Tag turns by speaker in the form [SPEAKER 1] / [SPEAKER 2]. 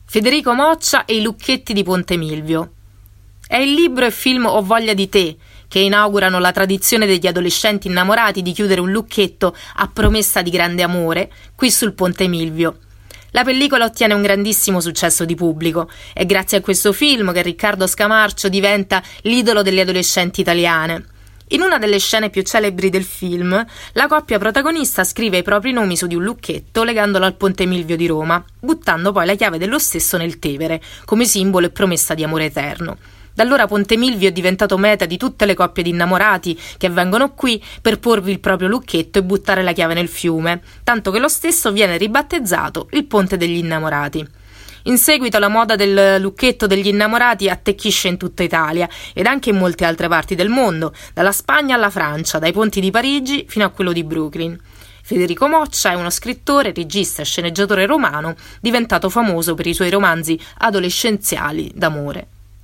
[SPEAKER 1] Federico Moccia e i lucchetti di Ponte Milvio. È il libro e film Ho voglia di te che inaugurano la tradizione degli adolescenti innamorati di chiudere un lucchetto a promessa di grande amore qui sul Ponte Milvio. La pellicola ottiene un grandissimo successo di pubblico. È grazie a questo film che Riccardo Scamarcio diventa l'idolo delle adolescenti italiane. In una delle scene più celebri del film, la coppia protagonista scrive i propri nomi su di un lucchetto legandolo al Ponte Milvio di Roma, buttando poi la chiave dello stesso nel Tevere, come simbolo e promessa di amore eterno. Da allora Ponte Milvio è diventato meta di tutte le coppie di innamorati che vengono qui per porvi il proprio lucchetto e buttare la chiave nel fiume, tanto che lo stesso viene ribattezzato il Ponte degli Innamorati. In seguito la moda del lucchetto degli innamorati attecchisce in tutta Italia ed anche in molte altre parti del mondo, dalla Spagna alla Francia, dai ponti di Parigi fino a quello di Brooklyn. Federico Moccia è uno scrittore, regista e sceneggiatore romano, diventato famoso per i suoi romanzi adolescenziali d'amore.